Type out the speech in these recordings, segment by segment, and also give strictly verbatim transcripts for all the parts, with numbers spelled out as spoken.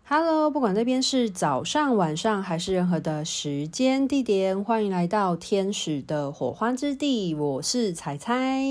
Hello， 不管那边是早上、晚上还是任何的时间地点，欢迎来到天使的火花之地，我是彩彩。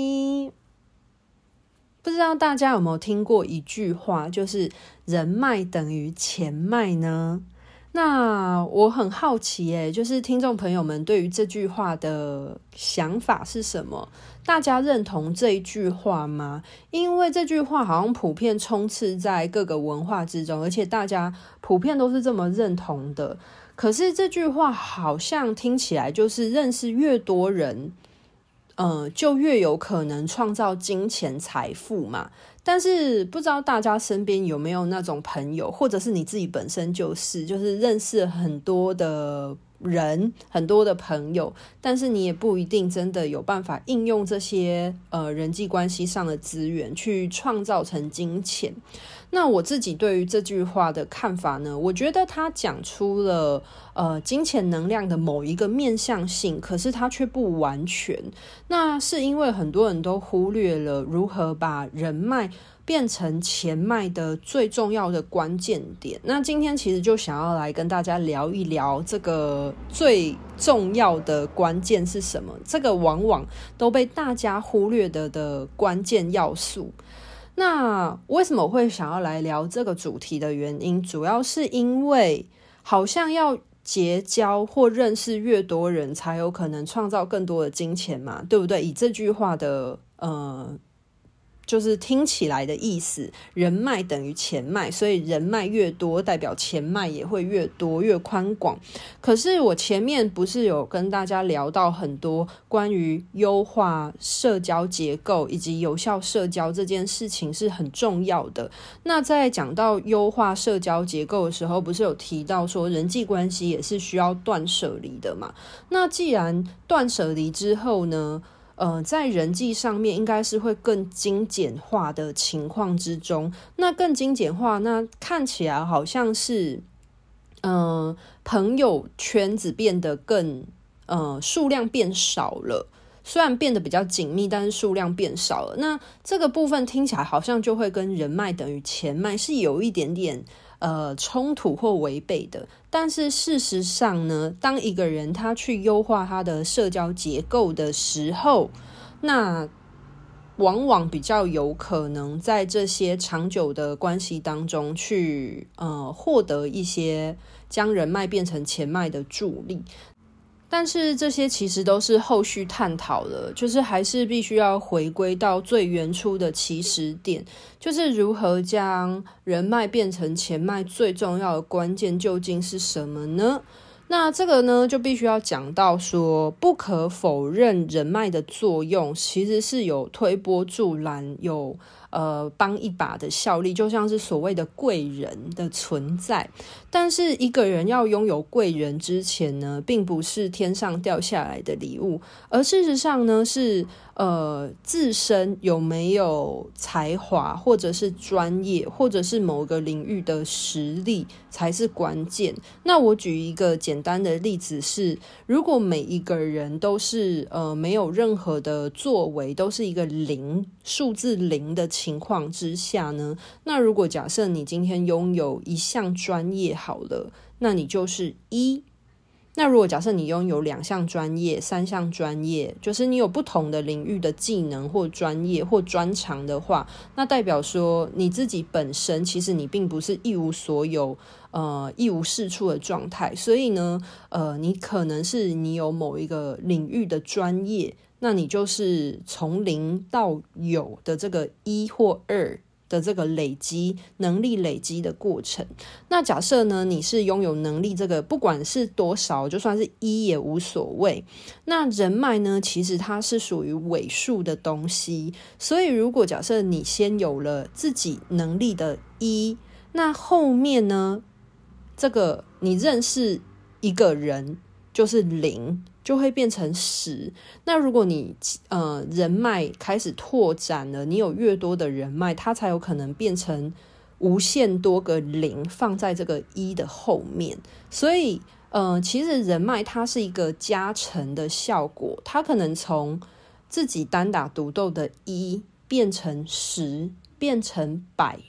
不知道大家有没有听过一句话，就是人脉等于钱脉呢？那我很好奇耶，就是听众朋友们对于这句话的想法是什么？大家认同这一句话吗？因为这句话好像普遍充斥在各个文化之中，而且大家普遍都是这么认同的。可是这句话好像听起来就是认识越多人，呃，就越有可能创造金钱财富嘛。但是不知道大家身边有没有那种朋友，或者是你自己本身就是就是认识很多的人，很多的朋友，但是你也不一定真的有办法应用这些呃人际关系上的资源去创造成金钱。那我自己对于这句话的看法呢，我觉得它讲出了呃金钱能量的某一个面向性，可是它却不完全。那是因为很多人都忽略了如何把人脉变成钱脉的最重要的关键点。那今天其实就想要来跟大家聊一聊这个最重要的关键是什么，这个往往都被大家忽略的的关键要素。那为什么我会想要来聊这个主题的原因，主要是因为好像要结交或认识越多人才有可能创造更多的金钱嘛，对不对？以这句话的呃就是听起来的意思，人脉等于钱脉，所以人脉越多代表钱脉也会越多越宽广。可是我前面不是有跟大家聊到很多关于优化社交结构以及有效社交这件事情是很重要的。那在讲到优化社交结构的时候，不是有提到说人际关系也是需要断舍离的嘛？那既然断舍离之后呢，呃，在人际上面应该是会更精简化的情况之中，那更精简化，那看起来好像是，呃，朋友圈子变得更，呃，数量变少了。虽然变得比较紧密，但是数量变少了。那这个部分听起来好像就会跟人脉等于钱脉是有一点点呃冲突或违背的。但是事实上呢，当一个人他去优化他的社交结构的时候，那往往比较有可能在这些长久的关系当中去呃获得一些将人脉变成钱脉的助力。但是这些其实都是后续探讨的，就是还是必须要回归到最原初的起始点，就是如何将人脉变成钱脉最重要的关键究竟是什么呢？那这个呢，就必须要讲到说，不可否认人脉的作用其实是有推波助澜，有呃帮一把的效力，就像是所谓的贵人的存在。但是一个人要拥有贵人之前呢，并不是天上掉下来的礼物，而事实上呢是呃自身有没有才华，或者是专业，或者是某个领域的实力才是关键。那我举一个简单的例子是，如果每一个人都是呃没有任何的作为，都是一个零，数字零的情况之下呢，那如果假设你今天拥有一项专业好了，那你就是一。那如果假设你拥有两项专业、三项专业，就是你有不同的领域的技能或专业或专长的话，那代表说你自己本身其实你并不是一无所有、呃一无是处的状态，所以呢，呃，你可能是你有某一个领域的专业，那你就是从零到有的这个一或二的这个累积能力累积的过程。那假设呢，你是拥有能力，这个不管是多少，就算是一也无所谓。那人脉呢，其实它是属于尾数的东西，所以如果假设你先有了自己能力的一，那后面呢，这个你认识一个人就是零，就会变成十。那如果你呃人脉开始拓展了，你有越多的人脉，它才有可能变成无限多个零放在这个一的后面。所以呃其实人脉它是一个加成的效果，它可能从自己单打独斗的一变成十，变成百，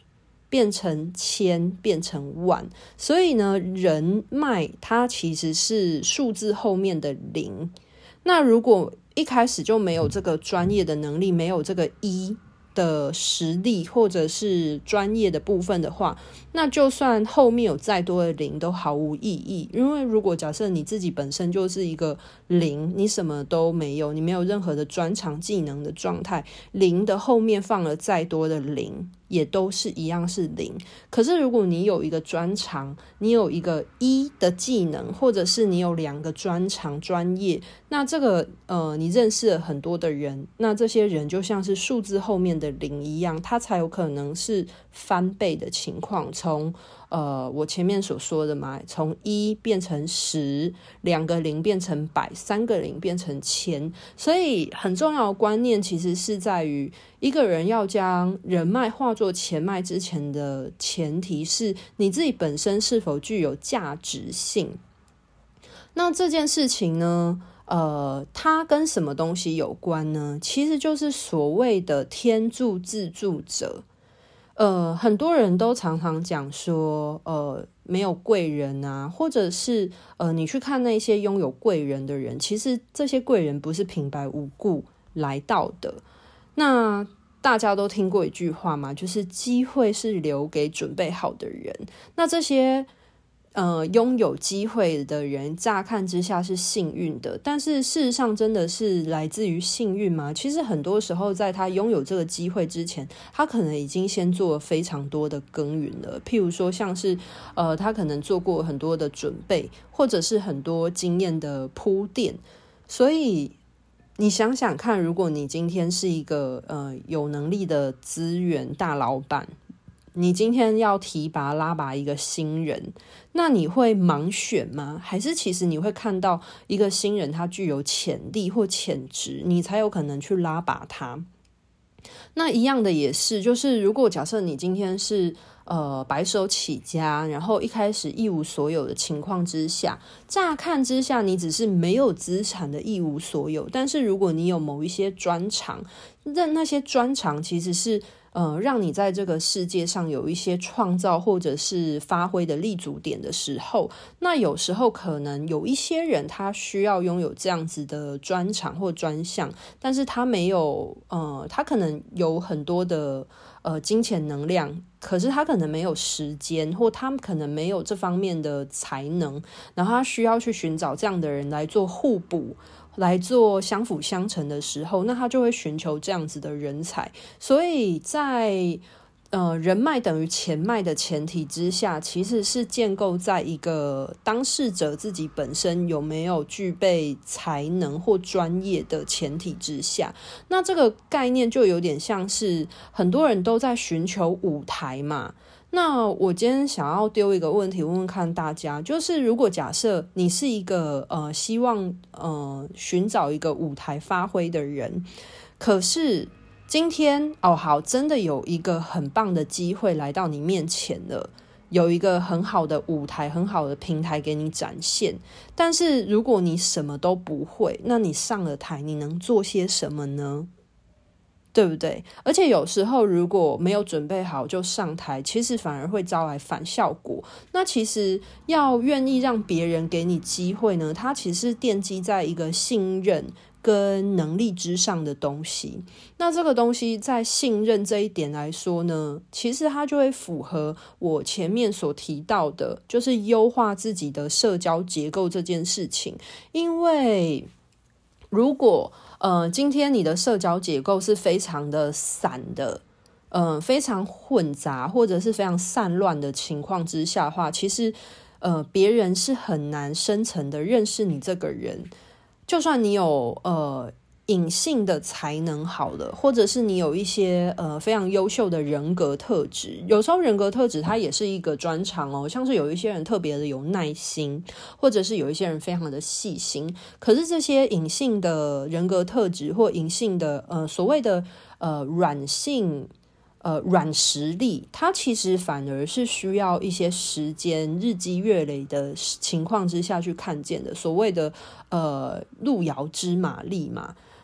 变成千，变成万。所以呢，人脉它其实是数字后面的零。那如果一开始就没有这个专业的能力，没有这个一的实力或者是专业的部分的话，那就算后面有再多的零都毫无意义。因为如果假设你自己本身就是一个零，你什么都没有，你没有任何的专长技能的状态，零的后面放了再多的零也都是一样是零。可是如果你有一个专长，你有一个一的技能，或者是你有两个专长专业，那这个呃，你认识了很多的人，那这些人就像是数字后面的零一样，它才有可能是翻倍的情况。从呃我前面所说的嘛，从一变成十，两个零变成百，三个零变成千。所以很重要的观念其实是在于，一个人要将人脉化作钱脉之前的前提是你自己本身是否具有价值性。那这件事情呢，呃，它跟什么东西有关呢？其实就是所谓的天助自助者。呃，很多人都常常讲说，呃，没有贵人啊，或者是呃，你去看那些拥有贵人的人，其实这些贵人不是平白无故来到的。那大家都听过一句话嘛，就是机会是留给准备好的人。那这些呃，拥有机会的人乍看之下是幸运的，但是事实上真的是来自于幸运吗？其实很多时候在他拥有这个机会之前，他可能已经先做了非常多的耕耘了。譬如说像是呃，他可能做过很多的准备，或者是很多经验的铺垫。所以你想想看，如果你今天是一个呃有能力的资源大老板，你今天要提拔拉拔一个新人，那你会盲选吗？还是其实你会看到一个新人他具有潜力或潜质，你才有可能去拉拔他？那一样的也是，就是如果假设你今天是呃白手起家，然后一开始一无所有的情况之下，乍看之下你只是没有资产的一无所有，但是如果你有某一些专长，那那些专长其实是呃，让你在这个世界上有一些创造或者是发挥的立足点的时候，那有时候可能有一些人他需要拥有这样子的专长或专项，但是他没有呃，他可能有很多的呃金钱能量，可是他可能没有时间，或他可能没有这方面的才能，然后他需要去寻找这样的人来做互补，来做相辅相成的时候，那他就会寻求这样子的人才。所以在呃人脉等于钱脉的前提之下，其实是建构在一个当事者自己本身有没有具备才能或专业的前提之下。那这个概念就有点像是很多人都在寻求舞台嘛。那我今天想要丢一个问题问问看大家，就是如果假设你是一个呃希望呃寻找一个舞台发挥的人，可是今天哦好，真的有一个很棒的机会来到你面前了，有一个很好的舞台，很好的平台给你展现，但是如果你什么都不会，那你上了台你能做些什么呢？对不对？而且有时候如果没有准备好就上台，其实反而会招来反效果。那其实要愿意让别人给你机会呢，它其实是奠基在一个信任跟能力之上的东西。那这个东西在信任这一点来说呢，其实它就会符合我前面所提到的，就是优化自己的社交结构这件事情。因为如果呃，今天你的社交结构是非常的散的，呃，非常混杂或者是非常散乱的情况之下的话，其实呃，别人是很难深层的认识你这个人。就算你有呃隐性的才能好了，或者是你有一些呃非常优秀的人格特质，有时候人格特质它也是一个专长哦，像是有一些人特别的有耐心，或者是有一些人非常的细心，可是这些隐性的人格特质或隐性的呃所谓的呃软性呃软实力，它其实反而是需要一些时间日积月累的情况之下去看见的，所谓的呃路遥知马力嘛。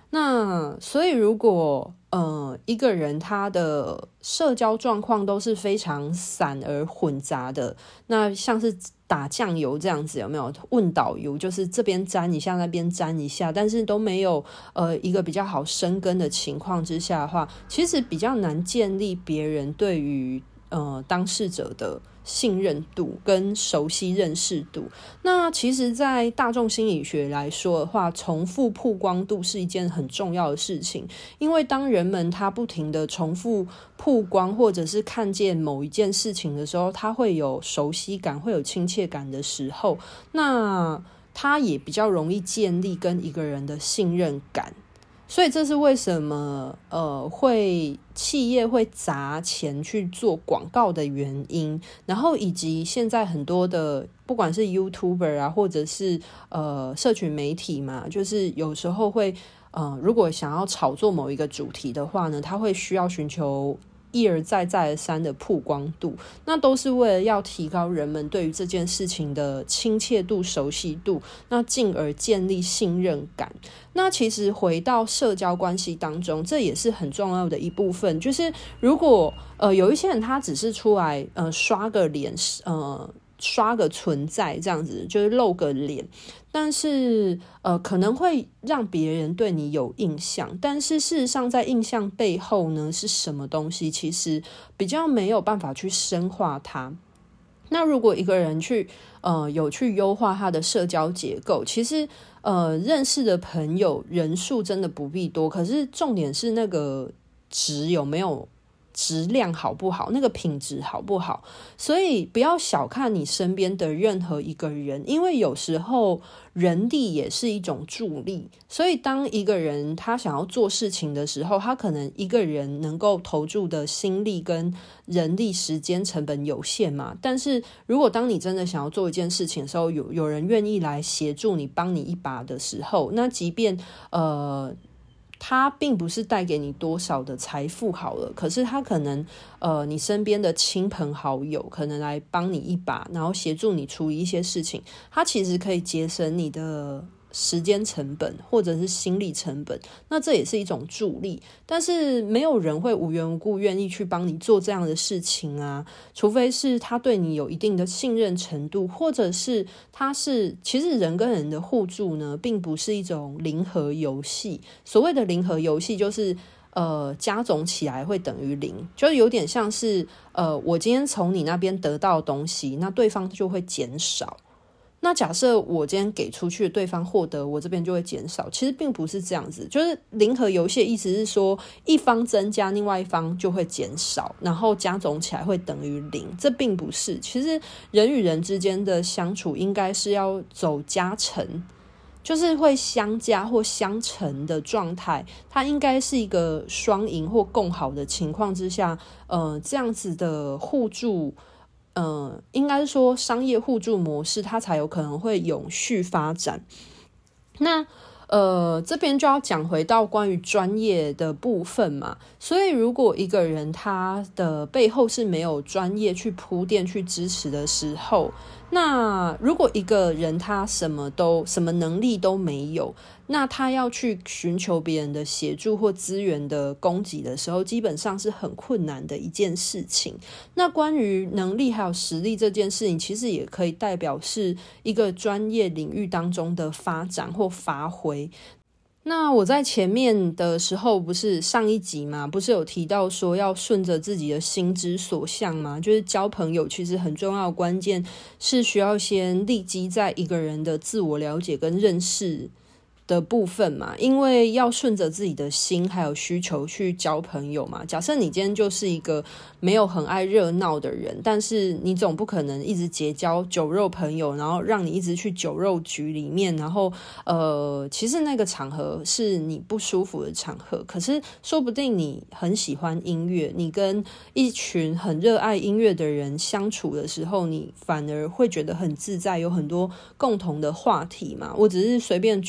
那所以如果呃一个人他的社交状况都是非常散而混杂的，那像是打酱油这样子，有没有问导游，就是这边沾一下那边沾一下，但是都没有呃一个比较好生根的情况之下的话，其实比较难建立别人对于呃当事者的信任度跟熟悉认识度。那其实在大众心理学来说的话，重复曝光度是一件很重要的事情，因为当人们他不停的重复曝光或者是看见某一件事情的时候，他会有熟悉感，会有亲切感的时候，那他也比较容易建立跟一个人的信任感。所以这是为什么呃会企业会砸钱去做广告的原因，然后以及现在很多的不管是 YouTuber 啊，或者是呃社群媒体嘛，就是有时候会呃如果想要炒作某一个主题的话呢，他会需要寻求一而再再而三的曝光度，那都是为了要提高人们对于这件事情的亲切度、熟悉度，那进而建立信任感。那其实回到社交关系当中，这也是很重要的一部分，就是如果呃有一些人他只是出来呃刷个脸，呃刷个存在这样子，就是露个脸，但是呃可能会让别人对你有印象，但是事实上在印象背后呢是什么东西，其实比较没有办法去深化它。那如果一个人去呃有去优化他的社交结构，其实呃认识的朋友人数真的不必多，可是重点是那个值有没有质量好不好，那个品质好不好。所以不要小看你身边的任何一个人，因为有时候人力也是一种助力。所以当一个人他想要做事情的时候，他可能一个人能够投注的心力跟人力时间成本有限嘛，但是如果当你真的想要做一件事情的时候，有有人愿意来协助你帮你一把的时候，那即便呃它并不是带给你多少的财富好了，可是它可能呃你身边的亲朋好友可能来帮你一把，然后协助你处理一些事情，它其实可以节省你的时间成本或者是心理成本，那这也是一种助力。但是没有人会无缘无故愿意去帮你做这样的事情啊，除非是他对你有一定的信任程度，或者是他是其实人跟人的互助呢并不是一种零和游戏。所谓的零和游戏就是呃，加总起来会等于零，就是有点像是呃，我今天从你那边得到的东西，那对方就会减少。那假设我今天给出去，对方获得，我这边就会减少。其实并不是这样子，就是零和游戏的意思是说，一方增加，另外一方就会减少，然后加总起来会等于零。这并不是，其实人与人之间的相处应该是要走加成，就是会相加或相乘的状态，它应该是一个双赢或共好的情况之下，呃，这样子的互助。嗯，应该是说商业互助模式，它才有可能会永续发展。那呃，这边就要讲回到关于专业的部分嘛。所以如果一个人他的背后是没有专业去铺垫去支持的时候，那如果一个人他什么都什么能力都没有，那他要去寻求别人的协助或资源的供给的时候，基本上是很困难的一件事情。那关于能力还有实力这件事情，其实也可以代表是一个专业领域当中的发展或发挥。那我在前面的时候不是上一集嘛，不是有提到说要顺着自己的心之所向嘛，就是交朋友其实很重要的关键是需要先立基在一个人的自我了解跟认识的部分嘛，因为要顺着自己的心还有需求去交朋友嘛。假设你今天就是一个没有很爱热闹的人，但是你总不可能一直结交酒肉朋友，然后让你一直去酒肉局里面，然后呃，其实那个场合是你不舒服的场合，可是说不定你很喜欢音乐，你跟一群很热爱音乐的人相处的时候，你反而会觉得很自在，有很多共同的话题嘛。我只是随便举一个例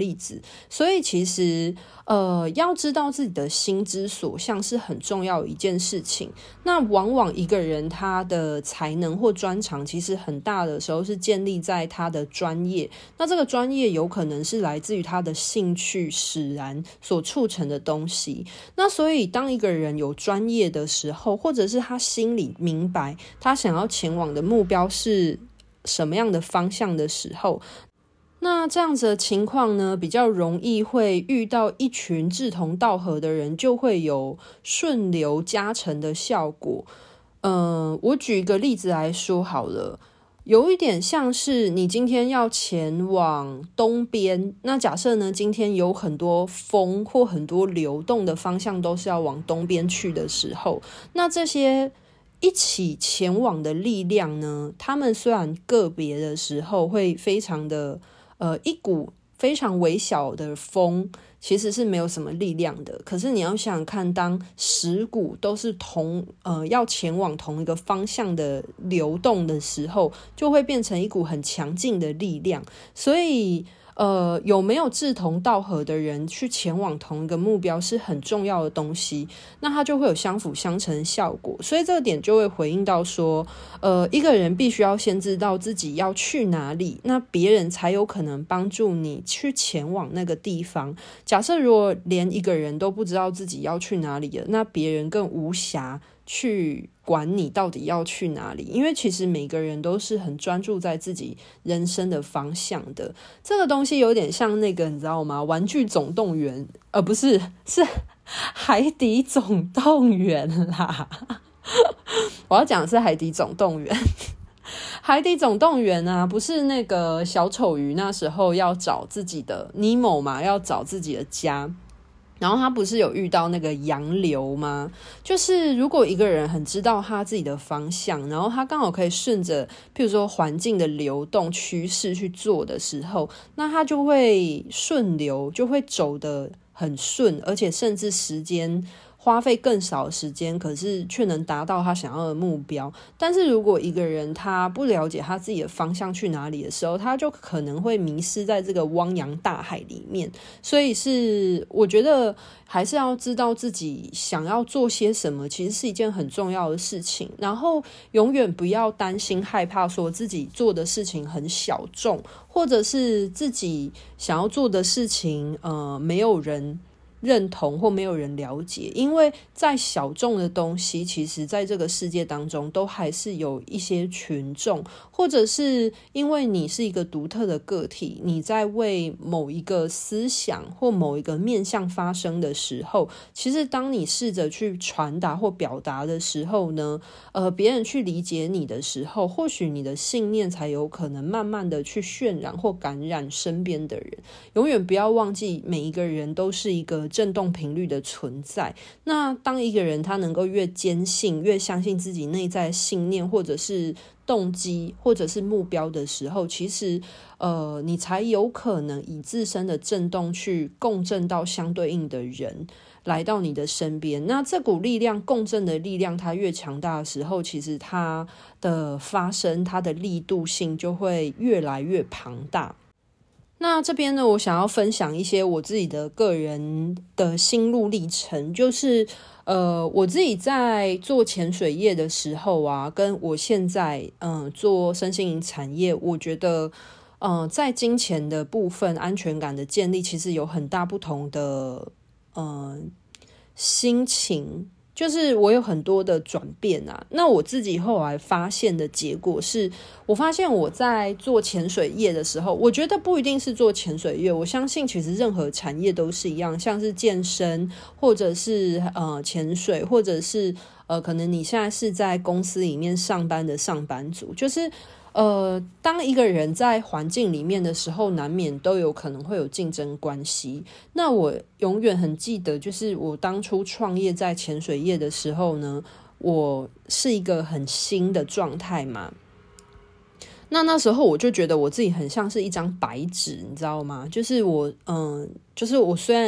例子。所以其实呃，要知道自己的心之所向是很重要的一件事情。那往往一个人他的才能或专长其实很大的时候是建立在他的专业，那这个专业有可能是来自于他的兴趣使然所促成的东西。那所以当一个人有专业的时候，或者是他心里明白他想要前往的目标是什么样的方向的时候，那这样子的情况呢，比较容易会遇到一群志同道合的人，就会有顺流加成的效果。嗯，我举一个例子来说好了，有一点像是你今天要前往东边，那假设呢，今天有很多风或很多流动的方向都是要往东边去的时候，那这些一起前往的力量呢，他们虽然个别的时候会非常的呃，一股非常微小的风其实是没有什么力量的，可是你要想想看，当十股都是同呃要前往同一个方向的流动的时候，就会变成一股很强劲的力量。所以呃，有没有志同道合的人去前往同一个目标是很重要的东西，那它就会有相辅相成的效果。所以这个点就会回应到说，呃，一个人必须要先知道自己要去哪里，那别人才有可能帮助你去前往那个地方。假设如果连一个人都不知道自己要去哪里了，那别人更无暇去管你到底要去哪里，因为其实每个人都是很专注在自己人生的方向的。这个东西有点像那个你知道吗？玩具总动员，呃，不是，是海底总动员啦。我要讲的是海底总动员。海底总动员啊，不是那个小丑鱼那时候要找自己的尼莫嘛，要找自己的家。然后他不是有遇到那个洋流吗？就是如果一个人很知道他自己的方向，然后他刚好可以顺着譬如说环境的流动趋势去做的时候，那他就会顺流，就会走得很顺，而且甚至时间花费更少的时间，可是却能达到他想要的目标。但是如果一个人他不了解他自己的方向去哪里的时候，他就可能会迷失在这个汪洋大海里面。所以是我觉得还是要知道自己想要做些什么，其实是一件很重要的事情。然后永远不要担心害怕说自己做的事情很小众，或者是自己想要做的事情呃没有人认同或没有人了解，因为在小众的东西，其实在这个世界当中都还是有一些群众，或者是因为你是一个独特的个体，你在为某一个思想或某一个面向发声的时候，其实当你试着去传达或表达的时候呢，呃，别人去理解你的时候，或许你的信念才有可能慢慢的去渲染或感染身边的人。永远不要忘记，每一个人都是一个振动频率的存在。那当一个人他能够越坚信越相信自己内在的信念或者是动机或者是目标的时候，其实呃，你才有可能以自身的振动去共振到相对应的人来到你的身边。那这股力量，共振的力量，它越强大的时候，其实它的发生，它的力度性就会越来越庞大。那这边呢，我想要分享一些我自己的个人的心路历程，就是呃，我自己在做潜水业的时候啊，跟我现在嗯、呃、做身心灵产业，我觉得嗯、呃，在金钱的部分安全感的建立，其实有很大不同的嗯、呃、心情。就是我有很多的转变啊，那我自己后来发现的结果是，我发现我在做潜水业的时候，我觉得不一定是做潜水业，我相信其实任何产业都是一样，像是健身，或者是呃潜水，或者是呃可能你现在是在公司里面上班的上班族，就是呃，当一个人在环境里面的时候，难免都有可能会有竞争关系。那我永远很记得，就是我当初创业在潜水业的时候呢，我是一个很新的状态嘛。那那时候我就觉得我自己很像是一张白纸，你知道吗？就是我，嗯、呃，就是我虽然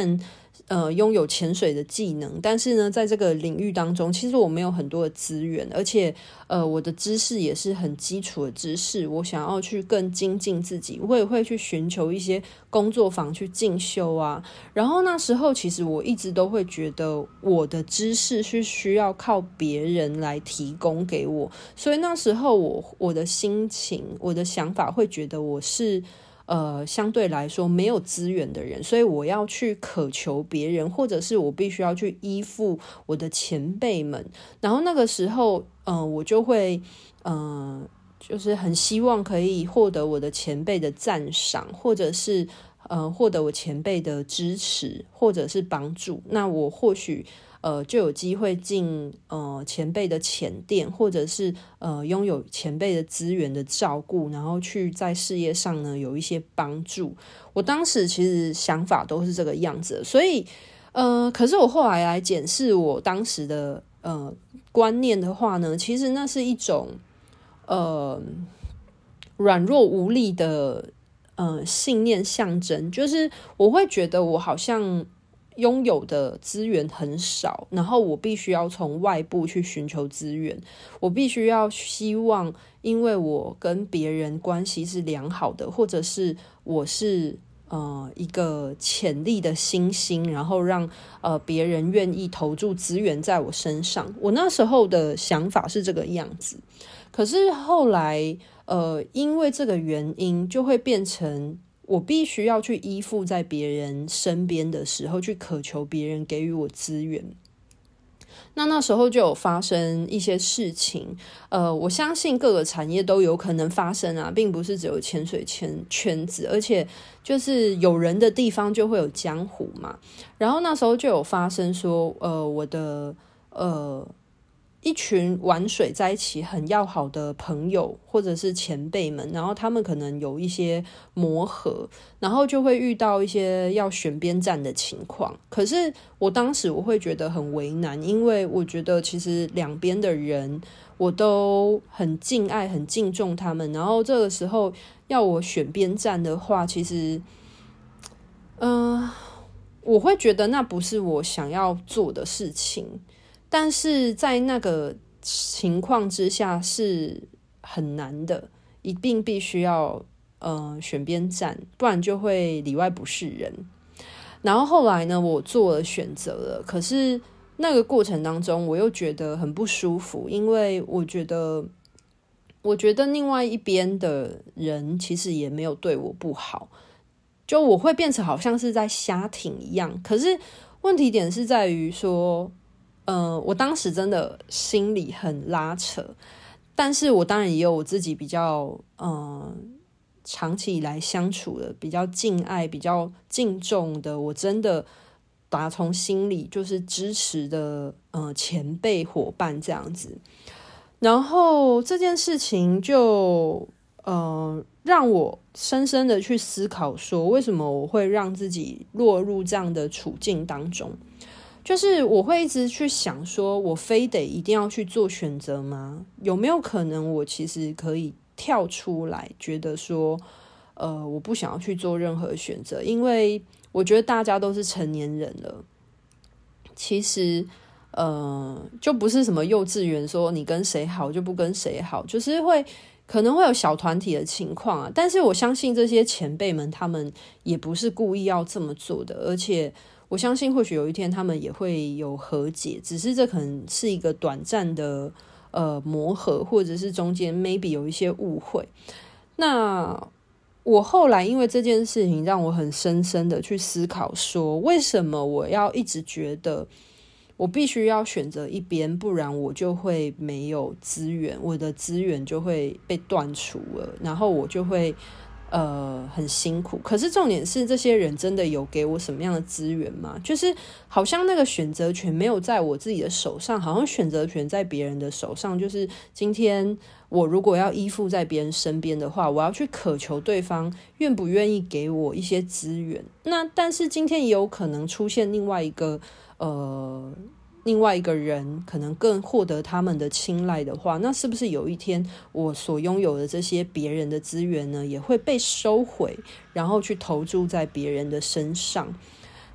呃拥有潜水的技能，但是呢在这个领域当中其实我没有很多的资源，而且呃我的知识也是很基础的知识，我想要去更精进自己，我也会去寻求一些工作坊去进修啊。然后那时候其实我一直都会觉得我的知识是需要靠别人来提供给我，所以那时候我我的心情我的想法会觉得我是呃，相对来说没有资源的人，所以我要去渴求别人，或者是我必须要去依附我的前辈们。然后那个时候，呃，我就会，呃，就是很希望可以获得我的前辈的赞赏，或者是呃，获得我前辈的支持，或者是帮助。那我或许。呃，就有机会进呃前辈的前店，或者是呃拥有前辈的资源的照顾，然后去在事业上呢有一些帮助。我当时其实想法都是这个样子的，所以呃，可是我后来来检视我当时的呃观念的话呢，其实那是一种呃软弱无力的呃信念象征，就是我会觉得我好像。拥有的资源很少，然后我必须要从外部去寻求资源，我必须要希望因为我跟别人关系是良好的，或者是我是呃一个潜力的新星，然后让呃别人愿意投注资源在我身上。我那时候的想法是这个样子，可是后来呃因为这个原因就会变成我必须要去依附在别人身边的时候，去渴求别人给予我资源。那那时候就有发生一些事情，呃，我相信各个产业都有可能发生啊，并不是只有潜水圈圈子，而且就是有人的地方就会有江湖嘛。然后那时候就有发生说，呃，我的呃。一群玩水在一起很要好的朋友或者是前辈们，然后他们可能有一些磨合，然后就会遇到一些要选边站的情况。可是我当时我会觉得很为难，因为我觉得其实两边的人我都很敬爱很敬重他们，然后这个时候要我选边站的话，其实呃，我会觉得那不是我想要做的事情。但是在那个情况之下是很难的，一定必须要呃选边站，不然就会里外不是人。然后后来呢，我做了选择了，可是那个过程当中我又觉得很不舒服，因为我觉得我觉得另外一边的人其实也没有对我不好，就我会变成好像是在瞎挺一样。可是问题点是在于说呃，我当时真的心里很拉扯，但是我当然也有我自己比较呃长期以来相处的比较敬爱比较敬重的，我真的打从心里就是支持的呃前辈伙伴这样子。然后这件事情就呃让我深深的去思考说，为什么我会让自己落入这样的处境当中。就是我会一直去想说，我非得一定要去做选择吗？有没有可能我其实可以跳出来，觉得说呃，我不想要去做任何选择，因为我觉得大家都是成年人了，其实呃，就不是什么幼稚园说你跟谁好就不跟谁好，就是会可能会有小团体的情况啊。但是我相信这些前辈们他们也不是故意要这么做的，而且我相信或许有一天他们也会有和解，只是这可能是一个短暂的呃磨合，或者是中间 maybe 有一些误会。那我后来因为这件事情让我很深深的去思考说，为什么我要一直觉得我必须要选择一边，不然我就会没有资源，我的资源就会被断除了，然后我就会呃，很辛苦。可是重点是这些人真的有给我什么样的资源吗？就是好像那个选择权没有在我自己的手上，好像选择权在别人的手上。就是今天我如果要依附在别人身边的话，我要去渴求对方愿不愿意给我一些资源。那但是今天也有可能出现另外一个呃另外一个人可能更获得他们的青睐的话，那是不是有一天我所拥有的这些别人的资源呢，也会被收回，然后去投注在别人的身上？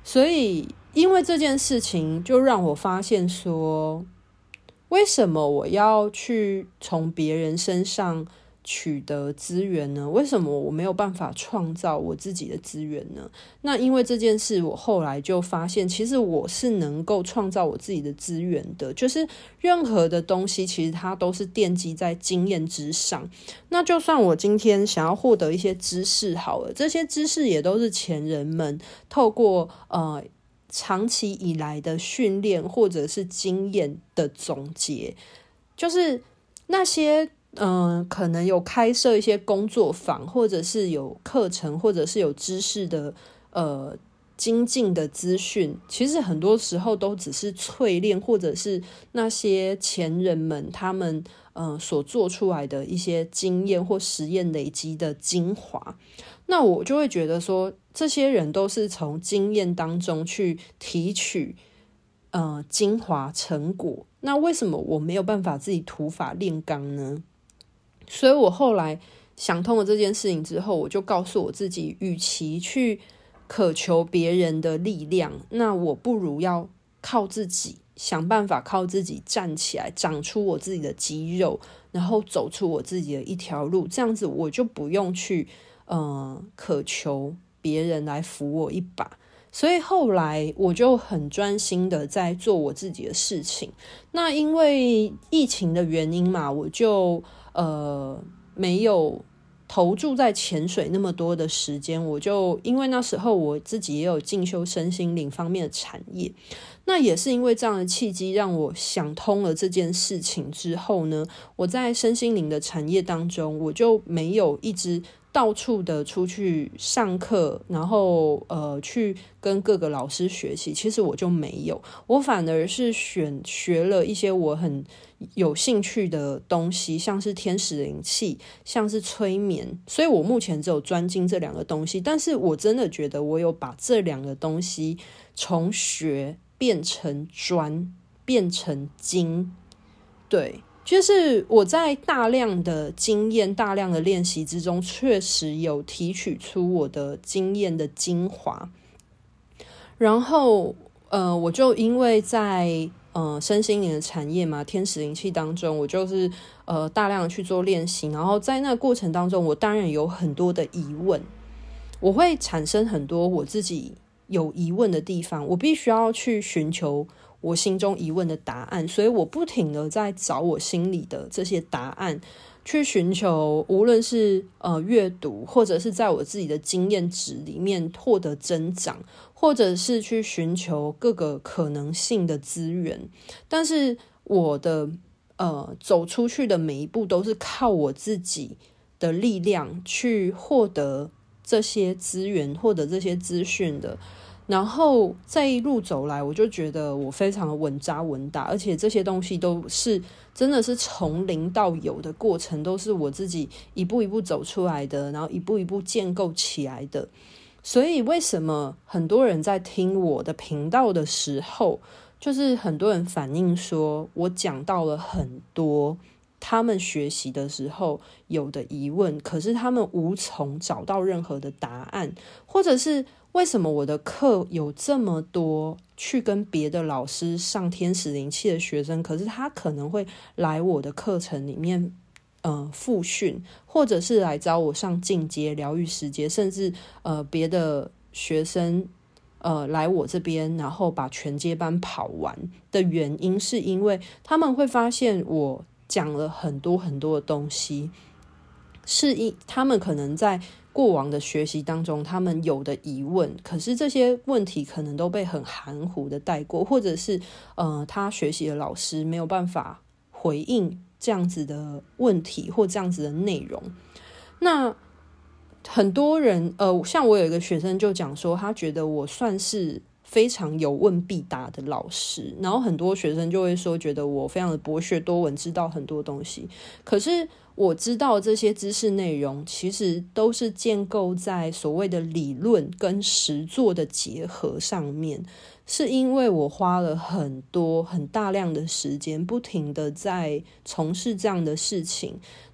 所以因为这件事情就让我发现说，为什么我要去从别人身上取得资源呢？为什么我没有办法创造我自己的资源呢？那因为这件事，我后来就发现，其实我是能够创造我自己的资源的。就是任何的东西，其实它都是奠基在经验之上。那就算我今天想要获得一些知识好了，这些知识也都是前人们透过呃长期以来的训练或者是经验的总结，就是那些嗯，可能有开设一些工作坊，或者是有课程，或者是有知识的呃精进的资讯，其实很多时候都只是淬炼，或者是那些前人们他们呃所做出来的一些经验或实验累积的精华。那我就会觉得说，这些人都是从经验当中去提取呃精华成果。那为什么我没有办法自己土法炼钢呢？所以我后来想通了这件事情之后，我就告诉我自己，与其去渴求别人的力量，那我不如要靠自己，想办法靠自己站起来，长出我自己的肌肉，然后走出我自己的一条路。这样子我就不用去呃渴求别人来扶我一把。所以后来我就很专心的在做我自己的事情。那因为疫情的原因嘛，我就呃没有投注在潜水那么多的时间。我就因为那时候我自己也有进修身心灵方面的产业，那也是因为这样的契机让我想通了这件事情之后呢，我在身心灵的产业当中，我就没有一直到处的出去上课，然后呃去跟各个老师学习。其实我就没有，我反而是选学了一些我很有兴趣的东西，像是天使灵气，像是催眠。所以我目前只有专精这两个东西，但是我真的觉得我有把这两个东西从学变成专，变成精。对，就是我在大量的经验、大量的练习之中，确实有提取出我的经验的精华。然后，呃，我就因为在呃身心灵的产业嘛，天使灵气当中，我就是呃大量的去做练习。然后在那个过程当中，我当然有很多的疑问，我会产生很多我自己有疑问的地方，我必须要去寻求我心中疑问的答案，所以我不停的在找我心里的这些答案，去寻求无论是呃阅读，或者是在我自己的经验值里面获得增长，或者是去寻求各个可能性的资源。但是我的呃走出去的每一步都是靠我自己的力量去获得这些资源，获得这些资讯的。然后这一路走来，我就觉得我非常的稳扎稳打，而且这些东西都是真的是从零到有的过程，都是我自己一步一步走出来的，然后一步一步建构起来的。所以为什么很多人在听我的频道的时候，就是很多人反映说我讲到了很多他们学习的时候有的疑问，可是他们无从找到任何的答案，或者是为什么我的课有这么多去跟别的老师上天使灵气的学生，可是他可能会来我的课程里面呃复训，或者是来找我上进阶疗愈时节，甚至呃别的学生呃来我这边然后把全阶班跑完的原因，是因为他们会发现我讲了很多很多的东西，是因他们可能在过往的学习当中他们有的疑问，可是这些问题可能都被很含糊的带过，或者是呃他学习的老师没有办法回应这样子的问题或这样子的内容。那很多人呃，像我有一个学生就讲说，他觉得我算是非常有问必答的老师，然后很多学生就会说觉得我非常的博学多闻，知道很多东西。可是我知道这些知识内容其实都是建构在所谓的理论跟实作的结合上面，是因为我花了很多很大量的时间不停的在从事这样的事情。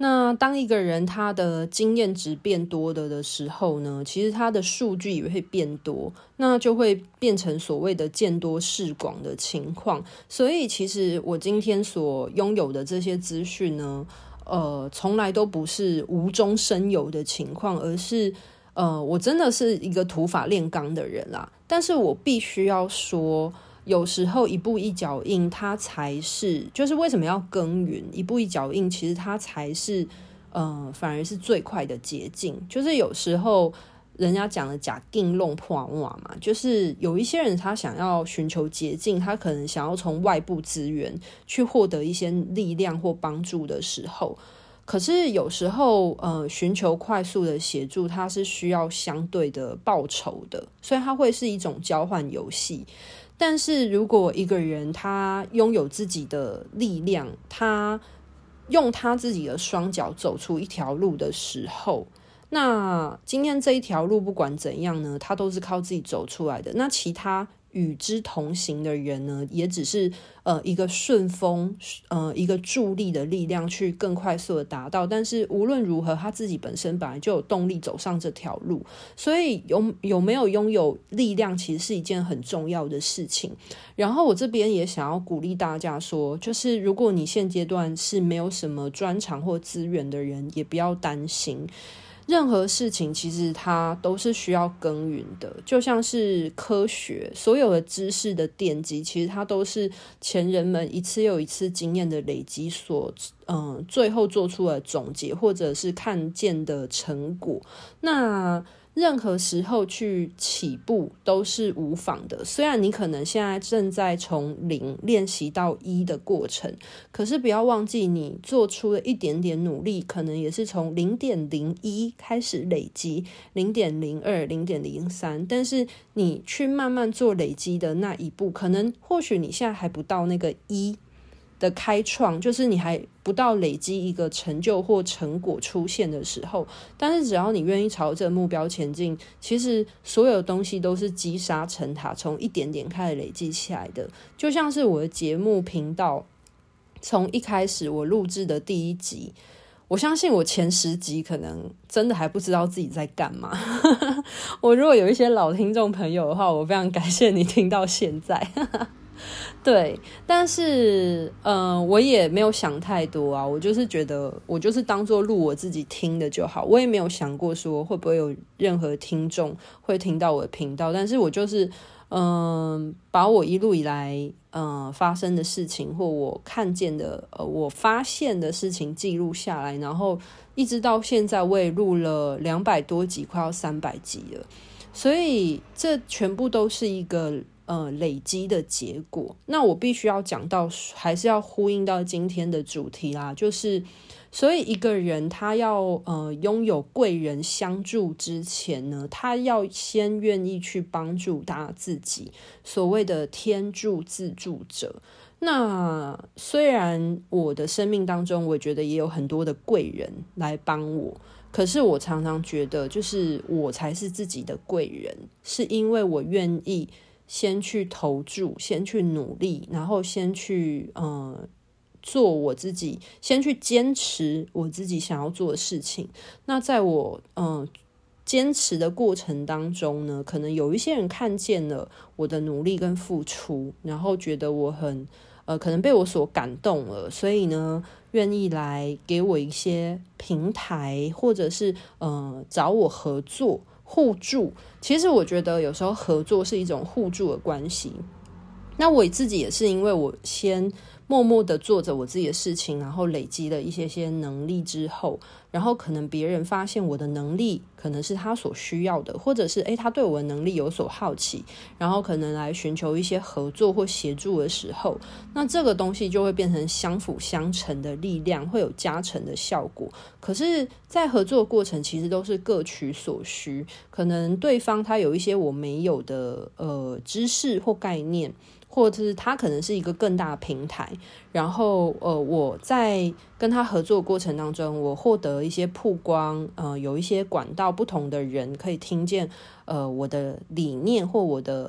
那当一个人他的经验值变多的的时候呢，其实他的数据也会变多，那就会变成所谓的见多识广的情况。所以其实我今天所拥有的这些资讯呢，呃，从来都不是无中生有的情况，而是呃，我真的是一个土法炼钢的人啦。但是我必须要说，有时候一步一脚印它才是，就是为什么要耕耘，一步一脚印其实它才是呃，反而是最快的捷径。就是有时候人家讲的假定弄破瓦嘛，就是有一些人他想要寻求捷径，他可能想要从外部资源去获得一些力量或帮助的时候，可是有时候呃，寻求快速的协助它是需要相对的报酬的，所以它会是一种交换游戏。但是如果一个人他拥有自己的力量，他用他自己的双脚走出一条路的时候，那今天这一条路不管怎样呢，他都是靠自己走出来的。那其他与之同行的人呢，也只是呃一个顺风呃一个助力的力量去更快速的达到，但是无论如何他自己本身本来就有动力走上这条路，所以有有没有拥有力量其实是一件很重要的事情。然后我这边也想要鼓励大家说，就是如果你现阶段是没有什么专长或资源的人，也不要担心，任何事情其实它都是需要耕耘的，就像是科学，所有的知识的奠基，其实它都是前人们一次又一次经验的累积所嗯，最后做出了总结，或者是看见的成果。那任何时候去起步都是无妨的，虽然你可能现在正在从零练习到一的过程，可是不要忘记你做出了一点点努力，可能也是从 零点零一 开始累积 零点零二 零点零三， 但是你去慢慢做累积的那一步，可能或许你现在还不到那个一的开创，就是你还不到累积一个成就或成果出现的时候，但是只要你愿意朝这个目标前进，其实所有东西都是积沙成塔，从一点点开始累积起来的。就像是我的节目频道，从一开始我录制的第一集，我相信我前十集可能真的还不知道自己在干嘛我如果有一些老听众朋友的话，我非常感谢你听到现在对，但是呃，我也没有想太多啊，我就是觉得我就是当做录我自己听的就好，我也没有想过说会不会有任何听众会听到我的频道，但是我就是嗯、呃，把我一路以来呃发生的事情或我看见的呃我发现的事情记录下来，然后一直到现在我也录了两百多集，快要三百集了，所以这全部都是一个呃，累积的结果。那我必须要讲到，还是要呼应到今天的主题啦，就是所以一个人他要呃拥有贵人相助之前呢，他要先愿意去帮助他自己，所谓的天助自助者。那虽然我的生命当中，我觉得也有很多的贵人来帮我，可是我常常觉得，就是我才是自己的贵人，是因为我愿意先去投注，先去努力，然后先去呃做我自己，先去坚持我自己想要做的事情。那在我嗯坚持的过程当中呢，可能有一些人看见了我的努力跟付出，然后觉得我很呃可能被我所感动了，所以呢愿意来给我一些平台，或者是呃找我合作互助。其实我觉得有时候合作是一种互助的关系。那我自己也是因为我先默默的做着我自己的事情，然后累积了一些些能力之后，然后可能别人发现我的能力可能是他所需要的，或者是诶他对我的能力有所好奇，然后可能来寻求一些合作或协助的时候，那这个东西就会变成相辅相成的力量，会有加成的效果。可是在合作的过程其实都是各取所需，可能对方他有一些我没有的呃知识或概念，或者是他可能是一个更大的平台，然后呃我在跟他合作的过程当中，我获得一些曝光，呃有一些管道，不同的人可以听见呃我的理念或我的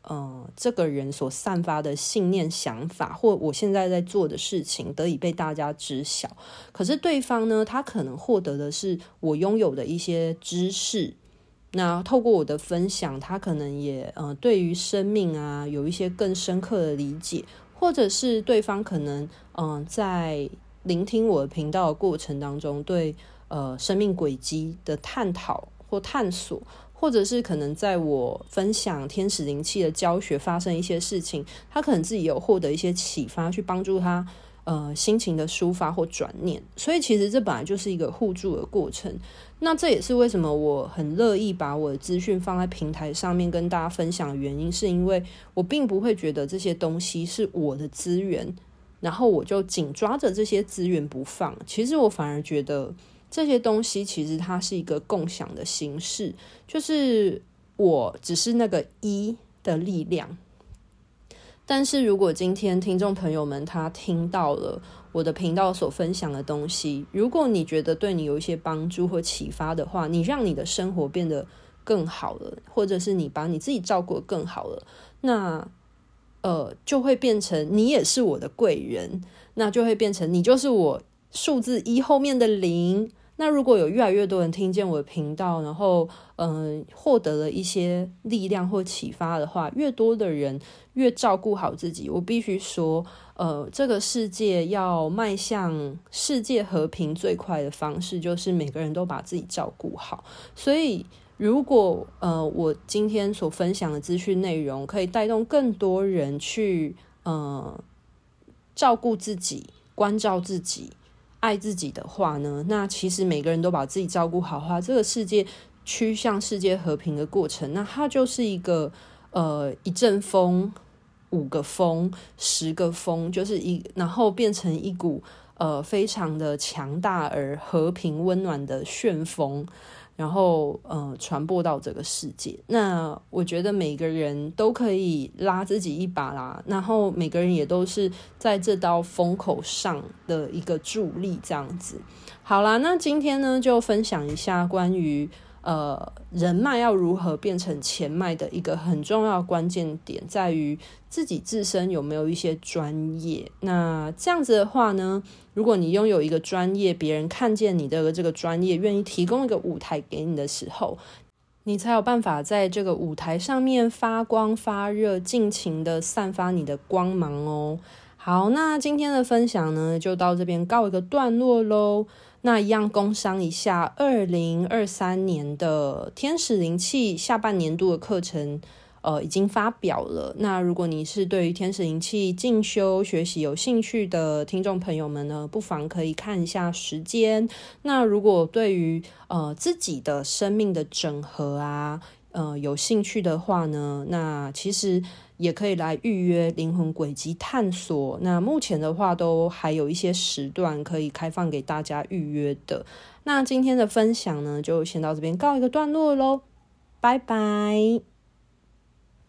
呃这个人所散发的信念、想法，或我现在在做的事情得以被大家知晓。可是对方呢，他可能获得的是我拥有的一些知识，那透过我的分享，他可能也呃对于生命啊有一些更深刻的理解，或者是对方可能嗯、呃、在聆听我的频道的过程当中，对呃生命轨迹的探讨或探索，或者是可能在我分享天使灵气的教学发生一些事情，他可能自己有获得一些启发，去帮助他呃心情的抒发或转念。所以其实这本来就是一个互助的过程。那这也是为什么我很乐意把我的资讯放在平台上面跟大家分享的原因，是因为我并不会觉得这些东西是我的资源，然后我就紧抓着这些资源不放。其实我反而觉得这些东西其实它是一个共享的形式，就是我只是那个一的力量。但是如果今天听众朋友们他听到了我的频道所分享的东西，如果你觉得对你有一些帮助或启发的话，你让你的生活变得更好了，或者是你把你自己照顾得更好了，那呃就会变成你也是我的贵人，那就会变成你就是我数字一后面的零。那如果有越来越多人听见我的频道，然后嗯获得了一些力量或启发的话，越多的人越照顾好自己。我必须说呃这个世界要迈向世界和平最快的方式，就是每个人都把自己照顾好。所以如果呃我今天所分享的资讯内容可以带动更多人去呃照顾自己、关照自己、爱自己的话呢，那其实每个人都把自己照顾好的话，这个世界趋向世界和平的过程，那它就是一个呃一阵风、五个风、十个风，就是一然后变成一股呃非常的强大而和平温暖的旋风，然后呃传播到这个世界。那我觉得每个人都可以拉自己一把啦，然后每个人也都是在这道风口上的一个助力这样子。好啦，那今天呢就分享一下关于呃人脉要如何变成钱脉的一个很重要的关键点，在于自己自身有没有一些专业。那这样子的话呢，如果你拥有一个专业，别人看见你的这个专业，愿意提供一个舞台给你的时候，你才有办法在这个舞台上面发光发热，尽情的散发你的光芒哦。好，那今天的分享呢就到这边告一个段落咯。那一样工商一下二零二三年的天使灵气下半年度的课程呃，已经发表了。那如果你是对于天使灵气进修学习有兴趣的听众朋友们呢，不妨可以看一下时间。那如果对于呃自己的生命的整合啊呃有兴趣的话呢，那其实也可以来预约灵魂轨迹探索。那目前的话都还有一些时段可以开放给大家预约的。那今天的分享呢就先到这边告一个段落咯，拜拜。